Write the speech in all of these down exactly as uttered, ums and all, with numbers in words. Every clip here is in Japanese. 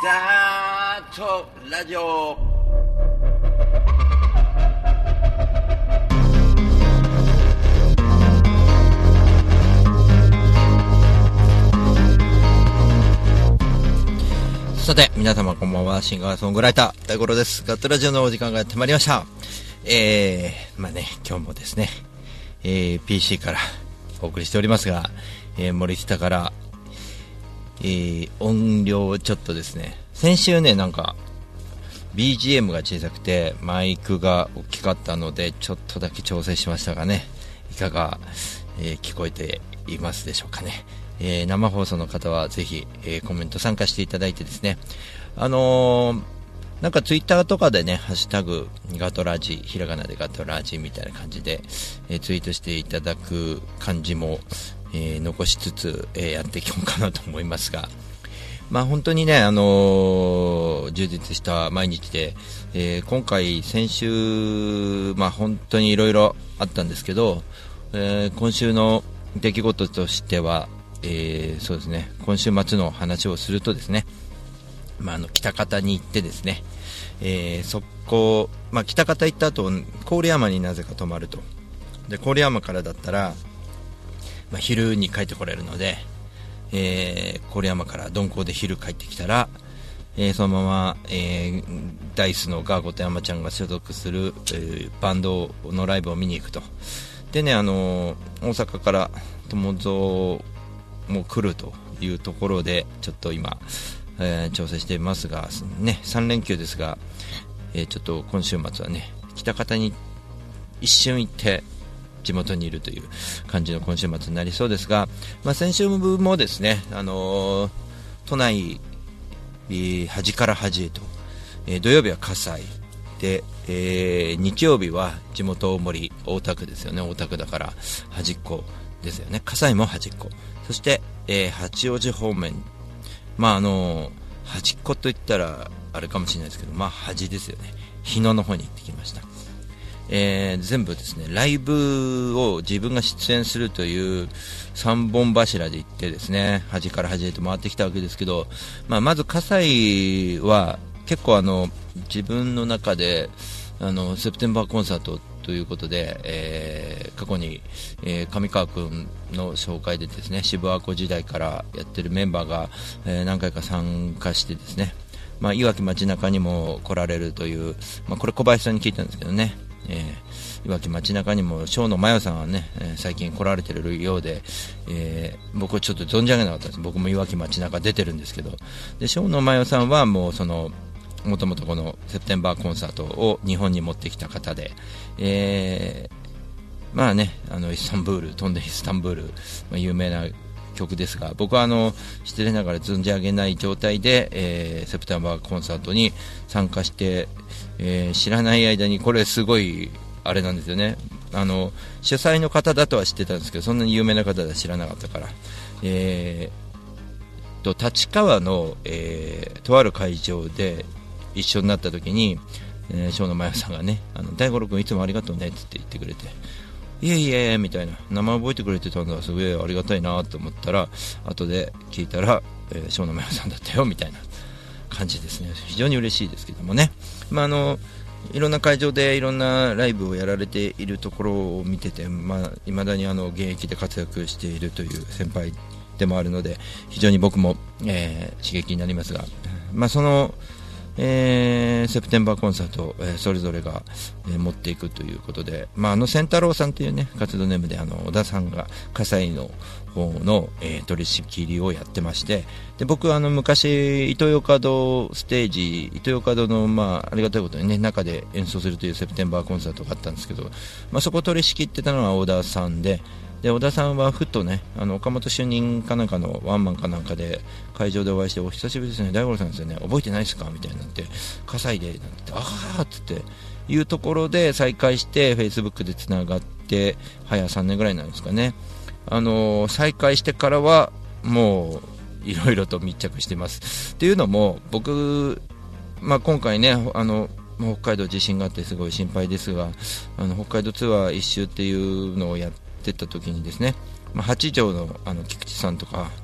ダートラジオ。さて皆様こんばんは、シンガーソングライター大五郎です。ガットラジオのお時間がやってまいりました。えー、まあね今日もですね、えー、ピーシー からお送りしておりますが、えー、森下から、えー、音量をちょっとですね、先週ねなんか ビージーエム が小さくてマイクが大きかったのでちょっとだけ調整しましたがね、いかが、えー、聞こえていますでしょうかね。えー、生放送の方はぜひ、えー、コメント参加していただいてですね、あのー、なんかツイッターとかでねハッシュタグガトラジ、ひらがなでガトラジみたいな感じで、えー、ツイートしていただく感じも、えー、残しつつ、えー、やっていこうかなと思いますが、まあ本当にね、あのー、充実した毎日で、えー、今回先週まあ本当にいろいろあったんですけど、えー、今週の出来事としては、えー、そうですね、今週末の話をするとですね、まあ、あの北方に行ってですね、えー、そこ、まあ、北方行った後郡山になぜか泊まると。で郡山からだったら、まあ、昼に帰ってこれるので、えー、郡山から鈍行で昼帰ってきたら、えー、そのまま、えー、ダイスのガーゴと山ちゃんが所属する、えー、バンドのライブを見に行くと。でね、あのー、大阪から友蔵もう来るというところでちょっと今、えー、調整していますが、ね、さん連休ですが、えー、ちょっと今週末はね北方に一瞬行って地元にいるという感じの今週末になりそうですが、まあ、先週もですね、あのー、都内、えー、端から端へと、えー、土曜日は葛西で、えー、日曜日は地元大森大田区ですよね。大田区だから端っこですよね。葛西も端っこ、そして、えー、八王子方面、まああのー、端っこといったらあれかもしれないですけど、まあ端ですよね。日野の方に行ってきました。えー、全部ですねライブを自分が出演するというさんぼん柱で行ってですね、端から端へと回ってきたわけですけど、まあ、まず葛西は結構あの自分の中であのセプテンバーコンサートということで、えー、過去に、えー、上川君の紹介でですね、渋谷子時代からやってるメンバーが、えー、何回か参加してですね、まあ、いわき街中にも来られるという、まあ、これ小林さんに聞いたんですけどね、えー、いわき街中にも生野真代さんはね、えー、最近来られてるようで、えー、僕はちょっと存じ上げなかったんです。僕もいわき街中出てるんですけど、で生野真代さんはもうそのもともとこのセプテンバーコンサートを日本に持ってきた方で、えー、まあね、あのイスタンブール、飛んでイスタンブール、まあ、有名な曲ですが、僕はあの失礼ながら存じ上げない状態で、えー、セプテンバーコンサートに参加して、えー、知らない間にこれすごいあれなんですよね。あの主催の方だとは知ってたんですけど、そんなに有名な方だと知らなかったから、えー、と立川の、えー、とある会場で一緒になった時に、えー、生野真代さんがね、あの大五郎君いつもありがとうねって言ってくれて、いえいえみたいな、名前覚えてくれてたんだ、すごいありがたいなと思ったら、後で聞いたら、えー、生野真代さんだったよみたいな感じですね。非常に嬉しいですけどもね、まあ、あのいろんな会場でいろんなライブをやられているところを見てて、まあ、未だにあの現役で活躍しているという先輩でもあるので、非常に僕も、えー、刺激になりますが、まあ、そのえー、セプテンバーコンサート、えー、それぞれが、えー、持っていくということで、まあ、あのセンタロウさんという、ね、活動ネームであの小田さんが葛西の方の、えー、取り仕切りをやってまして、で僕はあの昔イトーヨーカードステージ、イトーヨーカードの、まあ、ありがたいことに、ね、中で演奏するというセプテンバーコンサートがあったんですけど、まあ、そこを取り仕切ってたのは小田さんで、で小田さんはふとね、あの岡本主任かなんかのワンマンかなんかで会場でお会いして、お久しぶりですね、大五郎さんですよね、覚えてないですかみたいになって、葛西でなんて、ああっつっていうところで再会して、フェイスブックでつながって、早さんねんぐらいなんですかね。あのー、再会してからはもういろいろと密着してます。っていうのも僕、まあ、今回ね、あの北海道地震があってすごい心配ですが、あの北海道ツアー一周っていうのをやってった時にですね、まあ、八条のあの菊池さんとか、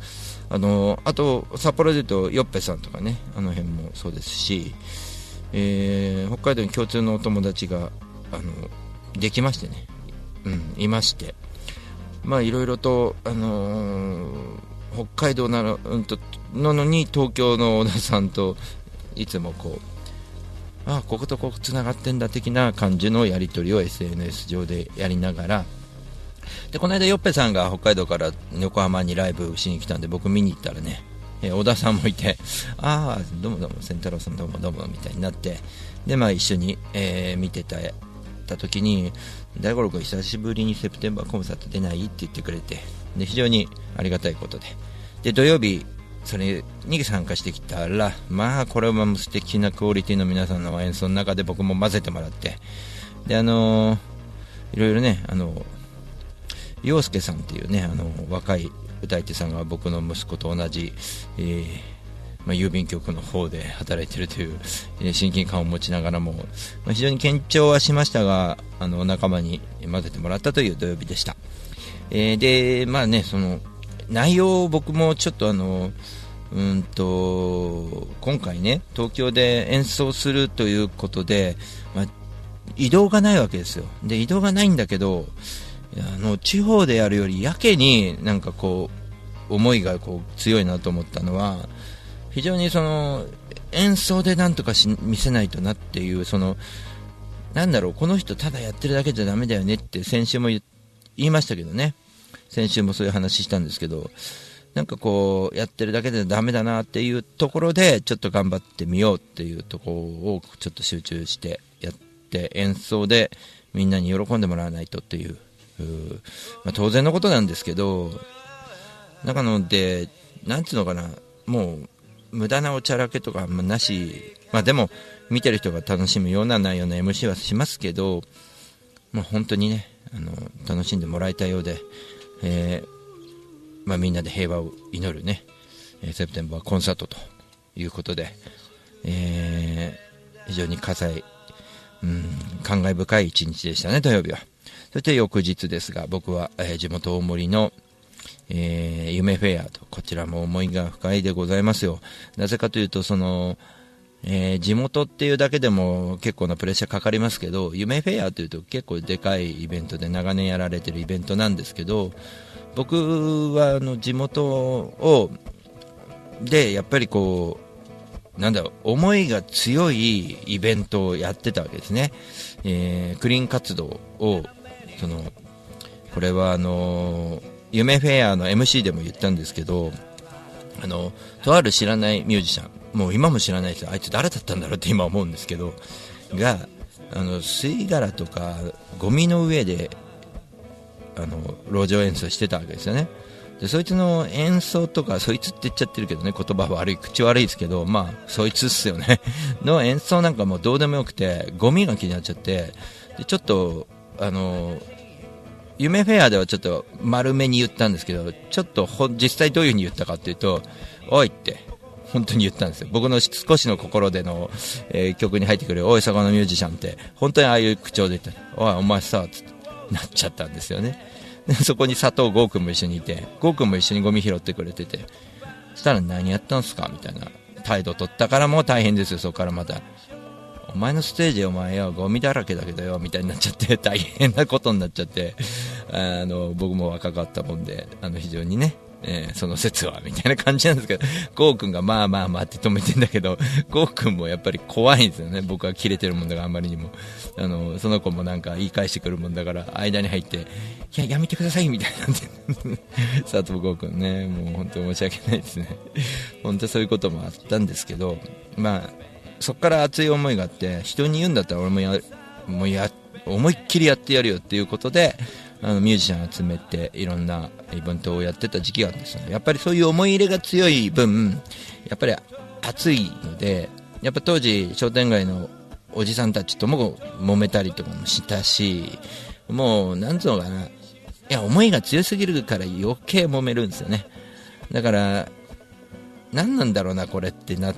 あのあと札幌でいうとヨッペさんとかね、あの辺もそうですし、えー、北海道に共通のお友達があのできましてね、うん、いまして、まあいろいろと、あのー、北海道なの、うん、となのに東京の小田さんといつもこう、ああこことここつながってんだ的な感じのやり取りを エスエヌエス 上でやりながら、でこの間ヨッペさんが北海道から横浜にライブしに来たんで僕見に行ったらね、えー、小田さんもいて、ああどうもどうも千太郎さんどうもどうもみたいになって、でまあ一緒に、えー、見てたた時に、大五郎君久しぶりにセプテンバーコンサート出ないって言ってくれて、で非常にありがたいことで、で土曜日それに参加してきたら、まあこれは素敵なクオリティの皆さんの演奏の中で僕も混ぜてもらって、であのー、いろいろね、あの陽介さんっていうね、あの若い歌い手さんが僕の息子と同じ、えーまあ、郵便局の方で働いているという、えー、親近感を持ちながらも、まあ、非常に緊張はしましたが、あの仲間に混ぜてもらったという土曜日でした。えー、でまあね、その内容を僕もちょっとあのうんと今回ね東京で演奏するということで、まあ、移動がないわけですよ。で移動がないんだけど、あの地方でやるよりやけになんかこう思いがこう強いなと思ったのは、非常にその演奏でなんとかし見せないとなっていう、そのなんだろう、この人ただやってるだけじゃダメだよねって先週も言いましたけどね、先週もそういう話したんですけど、なんかこうやってるだけでダメだなっていうところでちょっと頑張ってみようっていうところをちょっと集中してやって、演奏でみんなに喜んでもらわないとっていう、まあ、当然のことなんですけど、なのでなんていうのかな、もう無駄なおちゃらけとかもなし、まあでも見てる人が楽しむような内容の エムシー はしますけど、もう本当にね、あの楽しんでもらいたいようで、えーまあ、みんなで平和を祈るね、セプテンバーコンサートということで、えー、非常に火災、うん、感慨深い一日でしたね、土曜日は。そして翌日ですが、僕は、えー、地元大森の、えー、夢フェアと、こちらも思いが深いでございますよ。なぜかというと、その、えー、地元っていうだけでも結構なプレッシャーかかりますけど、夢フェアというと結構でかいイベントで長年やられてるイベントなんですけど、僕はあの地元をでやっぱりこうなんだろう、思いが強いイベントをやってたわけですね。えー、クリーン活動を、そのこれはあの夢フェアの エムシー でも言ったんですけど、あのとある知らないミュージシャン、もう今も知らないですよ、あいつ誰だったんだろうって今思うんですけど、があの吸い殻とかゴミの上であの路上演奏してたわけですよね。でそいつの演奏とか、そいつって言っちゃってるけどね、言葉悪い、口悪いですけど、まあそいつっすよねの演奏なんかもうどうでもよくて、ゴミが気になっちゃって、でちょっとあの夢フェアではちょっと丸めに言ったんですけど、ちょっとほ実際どういう風に言ったかっていうと、おいって本当に言ったんですよ。僕の少しの心での、えー、曲に入ってくるおいそこのミュージシャンって本当にああいう口調で言った、おいお前さつってなっちゃったんですよね。でそこに佐藤剛君も一緒にいて、剛君も一緒にゴミ拾ってくれてて、そしたら何やったんすかみたいな態度取ったからもう大変ですよ。そこからまたお前のステージお前よゴミだらけだけどよみたいになっちゃって大変なことになっちゃって、あの僕も若かったもんで、あの非常にね、えー、その説はみたいな感じなんですけど、ゴー君がまあまあまあって止めてんだけど、ゴー君もやっぱり怖いんですよね。僕はキレてるもんだから、あんまりにもあのその子もなんか言い返してくるもんだから、間に入っていややめてくださいみたいなんで佐藤ゴー君ね、もう本当に申し訳ないですね。本当そういうこともあったんですけど、まあそこから熱い思いがあって、人に言うんだったら俺もやもうや思いっきりやってやるよっていうことで、あのミュージシャン集めていろんなイベントをやってた時期があるんですよね。やっぱりそういう思い入れが強い分、やっぱり熱いので、やっぱ当時商店街のおじさんたちとも揉めたりとかもしたし、もうなんつうのかな、いや思いが強すぎるから余計揉めるんですよね。だから何なんだろうなこれってなって、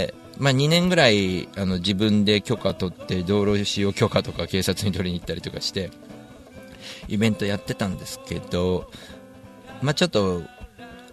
まあ、にねんぐらいあの自分で許可取って道路使用許可とか警察に取りに行ったりとかしてイベントやってたんですけど、まあ、ちょっと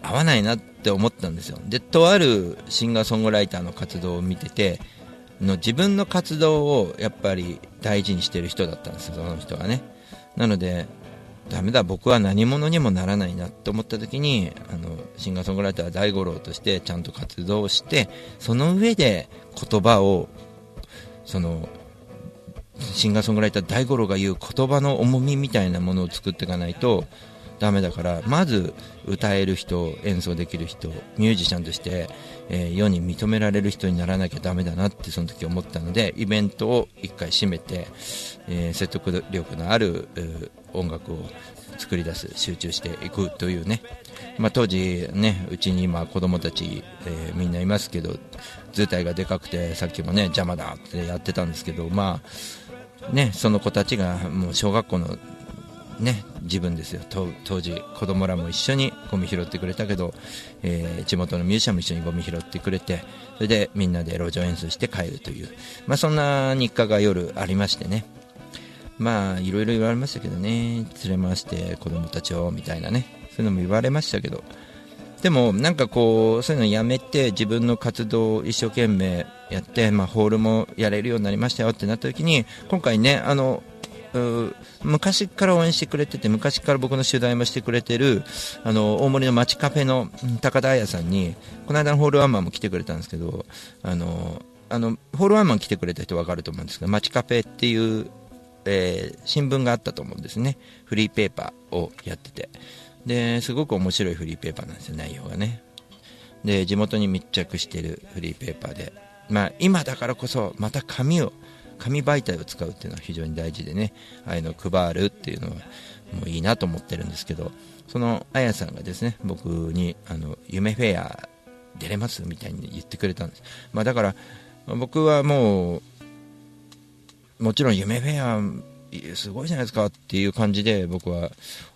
合わないなって思ったんですよ。で、とあるシンガーソングライターの活動を見てての自分の活動をやっぱり大事にしてる人だったんですよ、その人がね。なのでダメだ、僕は何者にもならないなと思った時に、あのシンガーソングライター大五郎としてちゃんと活動して、その上で言葉を、そのシンガーソングライター大五郎が言う言葉の重みみたいなものを作っていかないとダメだから、まず歌える人、演奏できる人、ミュージシャンとして、えー、世に認められる人にならなきゃダメだなってその時思ったので、イベントを一回閉めて、えー、説得力のある音楽を作り出す、集中していくというね、まあ、当時ね、うちに今子供たち、えー、みんないますけど、図体がでかくてさっきもね邪魔だってやってたんですけど、まあね、その子たちがもう小学校のね、自分ですよ。当時子供らも一緒にゴミ拾ってくれたけど、えー、地元のミュージシャンも一緒にゴミ拾ってくれて、それでみんなで路上演奏して帰るという、まあ、そんな日課が夜ありましてね、まあいろいろ言われましたけどね、連れ回して子供たちをみたいなね、そういうのも言われましたけど、でもなんかこうそういうのやめて自分の活動を一生懸命やって、まあ、ホールもやれるようになりましたよってなった時に、今回ね、あの昔から応援してくれてて、昔から僕の取材もしてくれてるあの大森の街カフェの高田彩さんに、この間のホールワンマンも来てくれたんですけど、あのあのホールワンマン来てくれた人分かると思うんですけど、街カフェっていう、えー、新聞があったと思うんですね。フリーペーパーをやってて、ですごく面白いフリーペーパーなんですよ、内容がね。で地元に密着しているフリーペーパーで、まあ、今だからこそまた紙を紙媒体を使うっていうのは非常に大事でね、ああいうのを配るっていうのはもういいなと思ってるんですけど、そのあやさんがですね、僕にあの夢フェア出れますみたいに言ってくれたんです。まあ、だから僕はもうもちろん夢フェアすごいじゃないですかっていう感じで僕は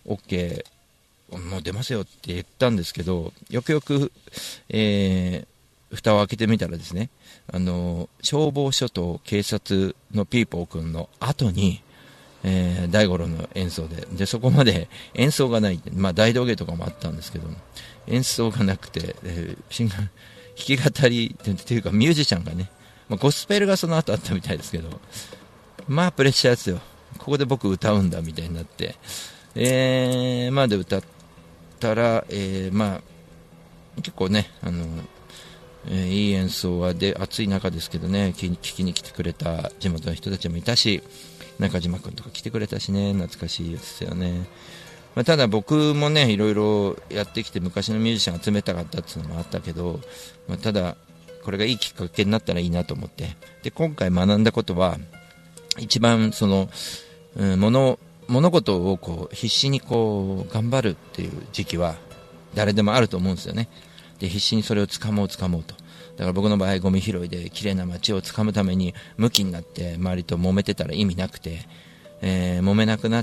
OK もう出ますよって言ったんですけど、よくよく、えー、蓋を開けてみたらですね、あの消防署と警察のピーポー君の後に、えー、大五郎の演奏で、でそこまで演奏がない、まあ、大道芸とかもあったんですけど、演奏がなくて、えー、シンガー弾き語りっていうかミュージシャンがね、まあ、ゴスペルがその後あったみたいですけど、まあプレッシャーですよ。ここで僕歌うんだみたいになって、えー、まあで歌ったら、えー、まあ結構ね、あのえー、いい演奏はで暑い中ですけどね、聞きに来てくれた地元の人たちもいたし、中島君とか来てくれたしね、懐かしいですよね。まあ、ただ僕もねいろいろやってきて昔のミュージシャン集めたかったっていうのもあったけど、まあ、ただこれがいいきっかけになったらいいなと思って、で今回学んだことは一番その、うん、物物事をこう必死にこう頑張るっていう時期は誰でもあると思うんですよね。で必死にそれを掴もう掴もうと、だから僕の場合ゴミ拾いで綺麗な街を掴むためにムキになって周りと揉めてたら意味なくて、えー、揉めなくなって、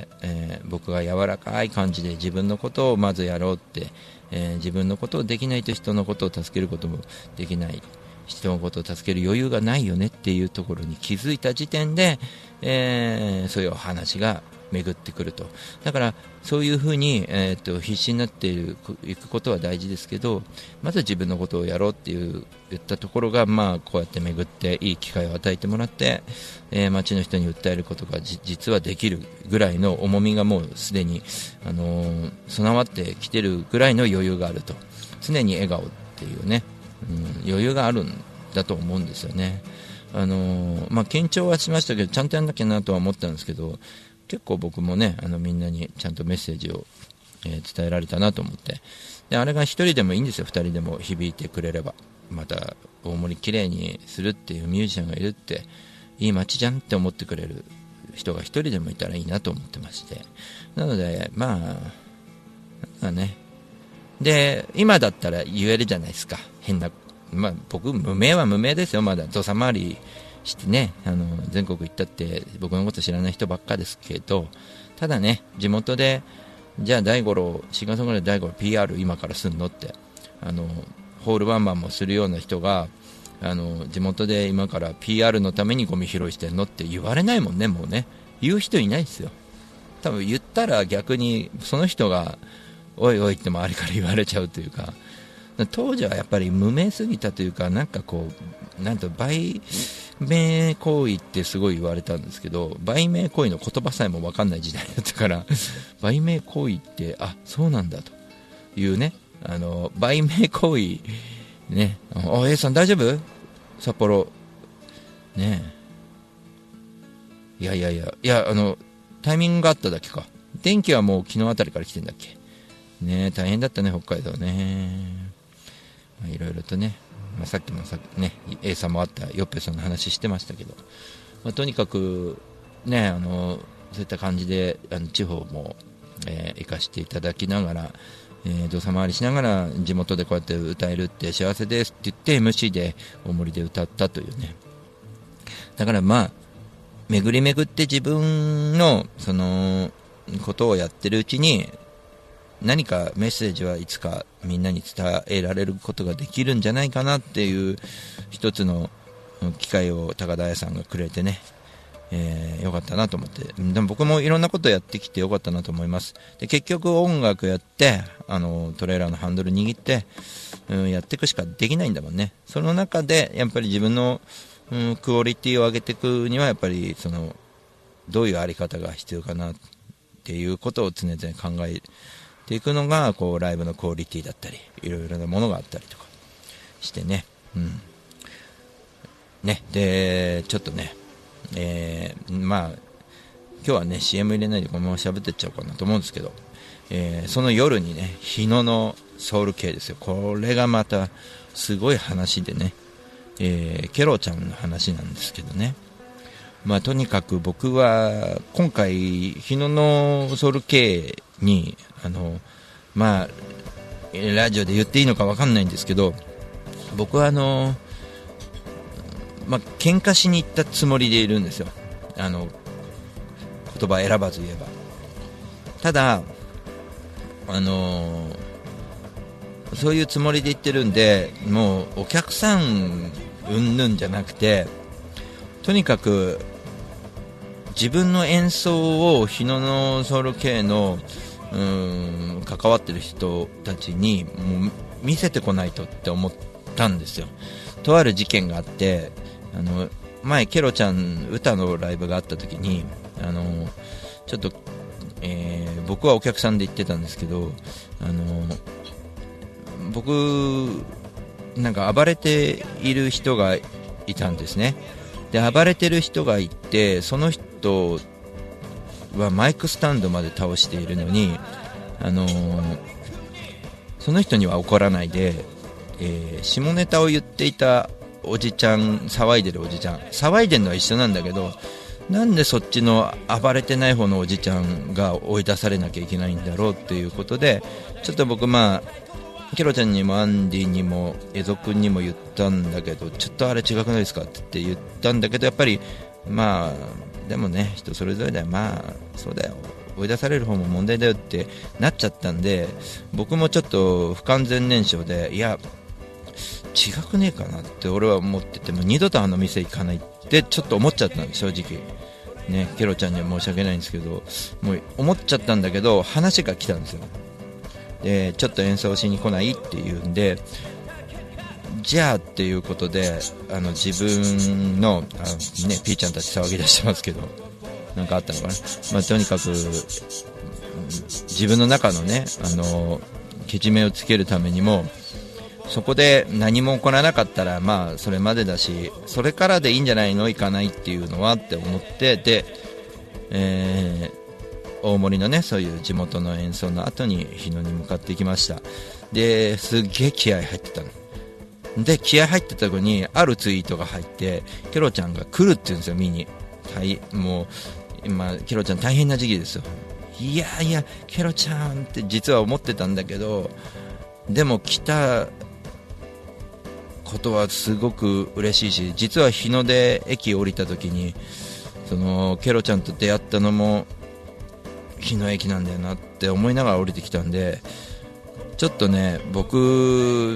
えー、僕が柔らかい感じで自分のことをまずやろうって、えー、自分のことをできないと人のことを助けることもできない、人のことを助ける余裕がないよねっていうところに気づいた時点で、えー、そういう話が巡ってくると。だからそういうふうに、えー、と必死になっていくことは大事ですけど、まず自分のことをやろうっていう言ったところが、まあ、こうやって巡っていい機会を与えてもらって、えー、街の人に訴えることがじ実はできるぐらいの重みがもうすでに、あのー、備わってきてるぐらいの余裕があると。常に笑顔っていうね、うん、余裕があるんだと思うんですよね。あのーまあ、緊張はしましたけどちゃんとやんなきゃなとは思ったんですけど、結構僕もねあのみんなにちゃんとメッセージを、えー、伝えられたなと思って、であれが一人でもいいんですよ、二人でも響いてくれれば。また大森きれいにするっていうミュージシャンがいるっていい街じゃんって思ってくれる人が一人でもいたらいいなと思ってまして、なのでまあなんかね、で今だったら言えるじゃないですか、変な、まあ僕無名は無名ですよ、まだ土佐回りしてね、あの全国行ったって僕のこと知らない人ばっかですけど、ただね地元でじゃあ大五郎シンガーソングライター大五郎 ピーアール 今からすんのって、あのホールワンマンもするような人があの地元で今から ピーアール のためにゴミ拾いしてんのって言われないもんね。もうね言う人いないですよ。多分言ったら逆にその人がおいおいって周りから言われちゃうというか、当時はやっぱり無名すぎたというか、なんかこうなんと売名行為ってすごい言われたんですけど、売名行為の言葉さえも分かんない時代だったから売名行為ってあそうなんだというね、あの売名行為ね、あ A さん大丈夫札幌ねえ、いやいやいやいや、あのタイミングがあっただけか、電気はもう昨日あたりから来てんだっけね、大変だったね北海道ね、いろいろとね、まあ、さっきのさ、ね、A さんもあったヨッペさんの話してましたけど、まあ、とにかくね、あのそういった感じであの地方も、えー、行かせていただきながら、えー、動作回りしながら地元でこうやって歌えるって幸せですって言って エムシー で大森で歌ったというね、だからまあ巡り巡って自分のそのことをやってるうちに何かメッセージはいつかみんなに伝えられることができるんじゃないかなっていう一つの機会を高田屋さんがくれてね、えー、よかったなと思って、でも僕もいろんなことやってきてよかったなと思います。で結局音楽やってあのトレーラーのハンドル握って、うん、やっていくしかできないんだもんね。その中でやっぱり自分の、うん、クオリティを上げていくにはやっぱりそのどういうあり方が必要かなっていうことを常々考えていくのがこうライブのクオリティだったりいろいろなものがあったりとかしてね、うんね、でちょっとね、えー、まあ今日はね シーエム 入れないでこのまま喋ってっちゃおうかなと思うんですけど、えー、その夜にね日野のソウル系ですよ。これがまたすごい話でね、えー、ケロちゃんの話なんですけどね、まあ、とにかく僕は今回日野のソウル系にあのまあラジオで言っていいのか分かんないんですけど、僕はあのまあ喧嘩しに行ったつもりでいるんですよ。あの言葉選ばず言えば。ただあのそういうつもりで言ってるんで、もうお客さんうんぬんじゃなくて、とにかく自分の演奏を日野のソウル系のうーん関わってる人たちにもう見せてこないとって思ったんですよ。とある事件があって、あの前ケロちゃん歌のライブがあった時にあのちょっと、えー、僕はお客さんで行ってたんですけど、あの僕なんか暴れている人がいたんですね。で暴れてる人がいて、その人はマイクスタンドまで倒しているのに、あのー、その人には怒らないで、えー、下ネタを言っていたおじちゃん、騒いでるおじちゃん、騒いでるのは一緒なんだけど、なんでそっちの暴れてない方のおじちゃんが追い出されなきゃいけないんだろうっていうことで、ちょっと僕まあケロちゃんにもアンディにもエゾ君にも言ったんだけど、ちょっとあれ違くないですかって言ったんだけど、やっぱりまあでもね人それぞれだよ、まあそうだよ、追い出される方も問題だよってなっちゃったんで、僕もちょっと不完全燃焼で、いや違くねえかなって俺は思ってて、も二度とあの店行かないってちょっと思っちゃったんです正直ね。ケロちゃんには申し訳ないんですけど、もう思っちゃったんだけど話が来たんですよ。でちょっと演奏しに来ないっていうんで、じゃあっていうことであの自分の、あの、ね、ピーちゃんたち騒ぎ出してますけど、なんかあったのかな、まあ、とにかく自分の中のねあのけじめをつけるためにも、そこで何も起こらなかったらまあそれまでだし、それからでいいんじゃないの、行かないっていうのはって思って、で、えー大森のねそういう地元の演奏の後に日野に向かっていきました。ですっげえ気合入ってたので、気合入ってた子にあるツイートが入って、ケロちゃんが来るって言うんですよ見に。はい、もう今ケロちゃん大変な時期ですよ。いやいやケロちゃんって実は思ってたんだけど、でも来たことはすごく嬉しいし、実は日野で駅降りた時にそのケロちゃんと出会ったのも日野駅なんだよなって思いながら降りてきたんで、ちょっとね僕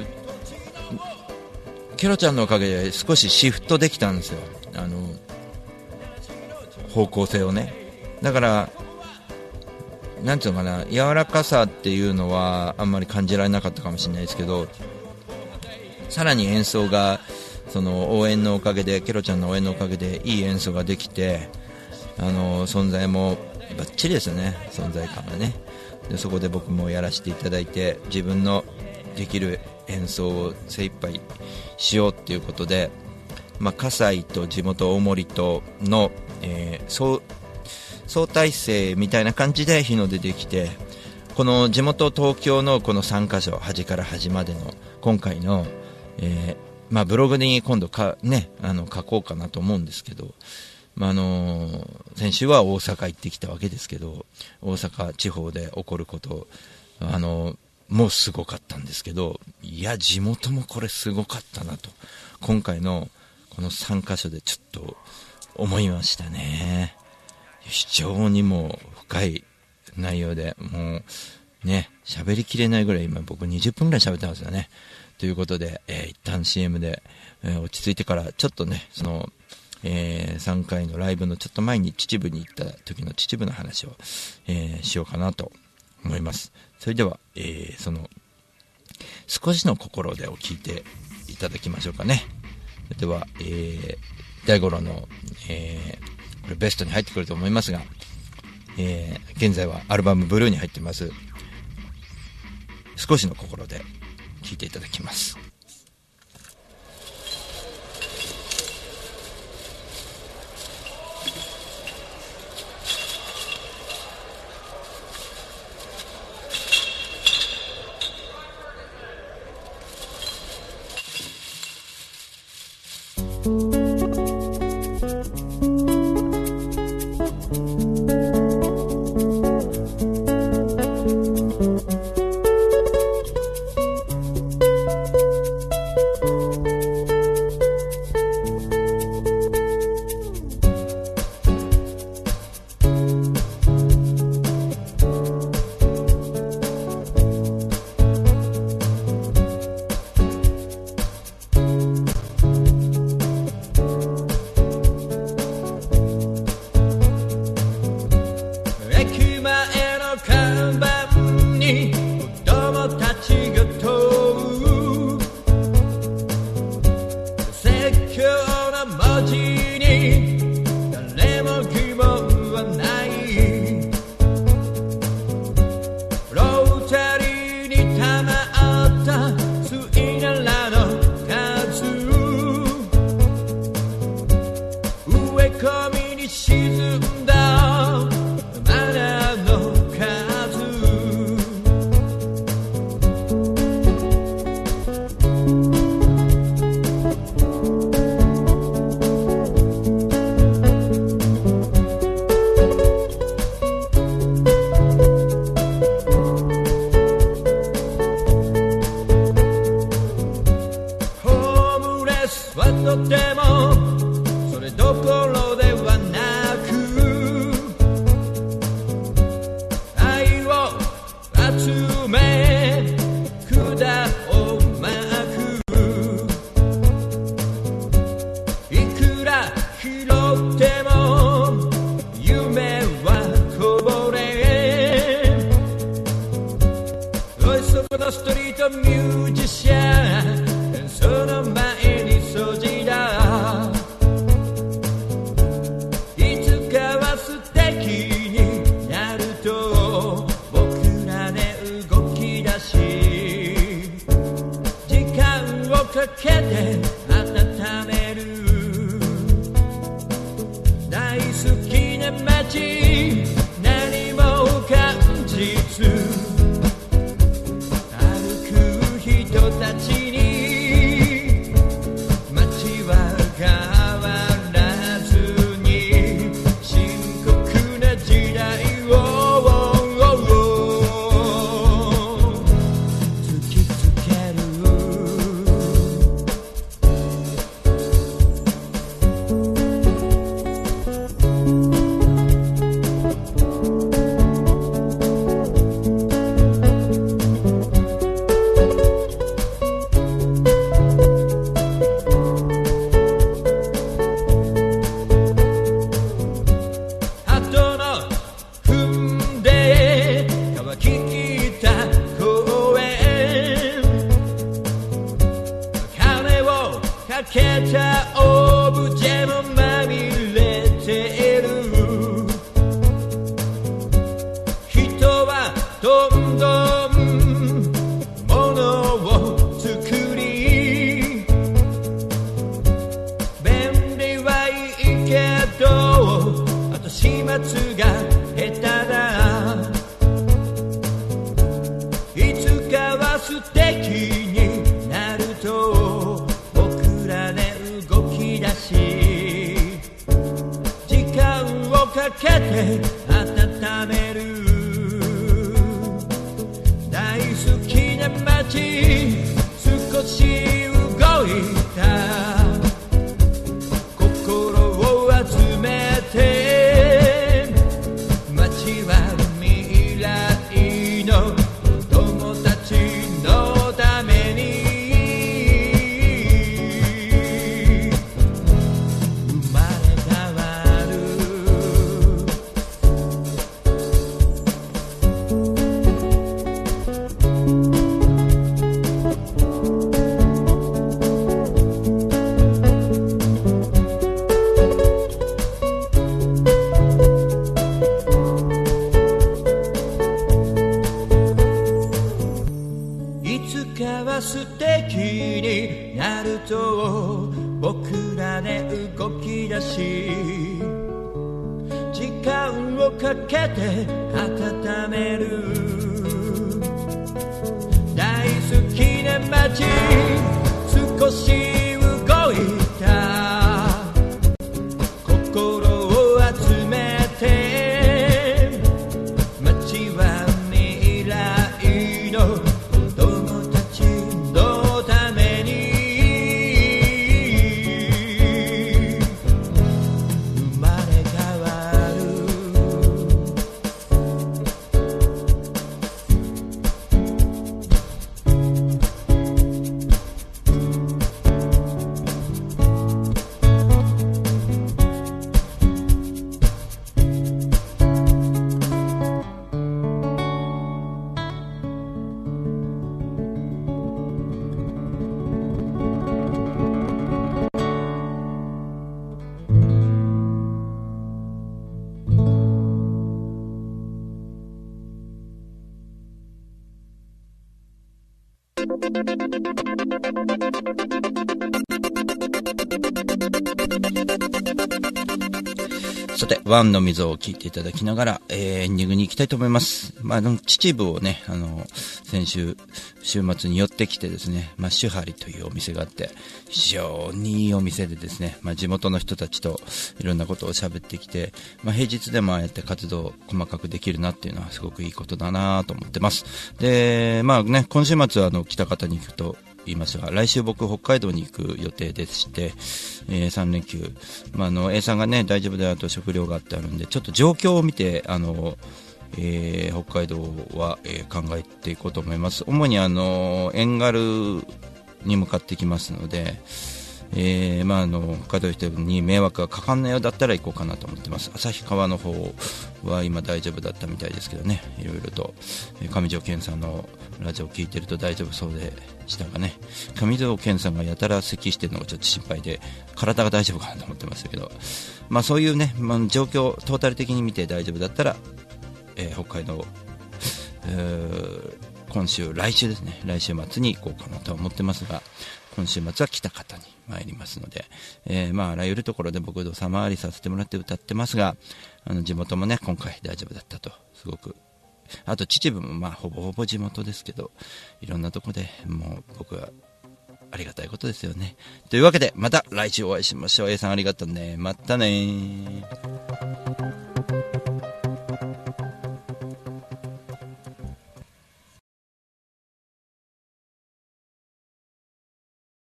ケロちゃんのおかげで少しシフトできたんですよ、あの方向性をね。だからなんていうのかな、柔らかさっていうのはあんまり感じられなかったかもしれないですけど、さらに演奏がその応援のおかげで、ケロちゃんの応援のおかげでいい演奏ができて、あの存在もバッチリですよね、存在感がね。でそこで僕もやらせていただいて、自分のできる演奏を精一杯しようっていうことで、まあ、葛西と地元大森との、えー、総相対性みたいな感じで日の出できて、この地元東京のこのさんカ所、端から端までの今回の、えーまあ、ブログに今度か、ね、あの書こうかなと思うんですけど、まあ、あのー、先週は大阪行ってきたわけですけど、大阪地方で起こること、あのー、もうすごかったんですけど、いや地元もこれすごかったなと、今回のこのさんカ所でちょっと思いましたね。非常にもう深い内容で、もうね、喋りきれないぐらい、今僕にじゅっぷんぐらい喋ってますよね。ということで、えー、一旦 シーエム で、えー、落ち着いてからちょっとね、その、えー、さんかいのライブのちょっと前に秩父に行った時の秩父の話を、えー、しようかなと思います。それでは、えー、その少しの心でを聞いていただきましょうかね。では、えー、大五郎の、えーこれベストに入ってくると思いますが、えー、現在はアルバムブルーに入っています。少しの心で聴いていただきます。 素敵になると僕らで動き出し時間をかけて温める大好きな街少し動いた心を集めて街は未来の子供たちのために生まれ変わる素敵になると僕らで動き出し時間をかけて温める大好きな街少し動いた心を集めて街は未来のさて、ワンの溝を聞いていただきながら、えー、エンディングに行きたいと思います。まあ、あの、秩父をね、あの、先週、週末に寄ってきてですね、マッシュハリというお店があって、非常にいいお店でですね、まあ、地元の人たちといろんなことを喋ってきて、まあ、平日でもああやって活動を細かくできるなっていうのはすごくいいことだなと思ってます。で、まあね、今週末はあの、来た方に行くと、言いましたが、来週僕北海道に行く予定でして、えー、さん連休、まあ、あの A さんがね大丈夫であと食料があってあるんでちょっと状況を見てあの、えー、北海道は、えー、考えていこうと思います。主にあの遠軽に向かってきますので、えーまあ、あの北海道の人に迷惑がかかんないようだったら行こうかなと思ってます。旭川の方は今大丈夫だったみたいですけどね、いろいろと上条健さんのラジオを聞いてると大丈夫そうでしたがね、上条健さんがやたら咳してるのがちょっと心配で体が大丈夫かなと思ってましたけど、まあ、そういうね、まあ、状況トータル的に見て大丈夫だったら、えー、北海道、えー、今週来週ですね、来週末に行こうかなと思ってますが、今週末は来た方に参りますので、えー、まああらゆるところで僕土佐回りさせてもらって歌ってますが、あの地元もね今回大丈夫だったと、すごく、あと秩父もまあほぼほぼ地元ですけど、いろんなとこでもう僕はありがたいことですよね。というわけでまた来週お会いしましょう。 A さんありがとうね、またね。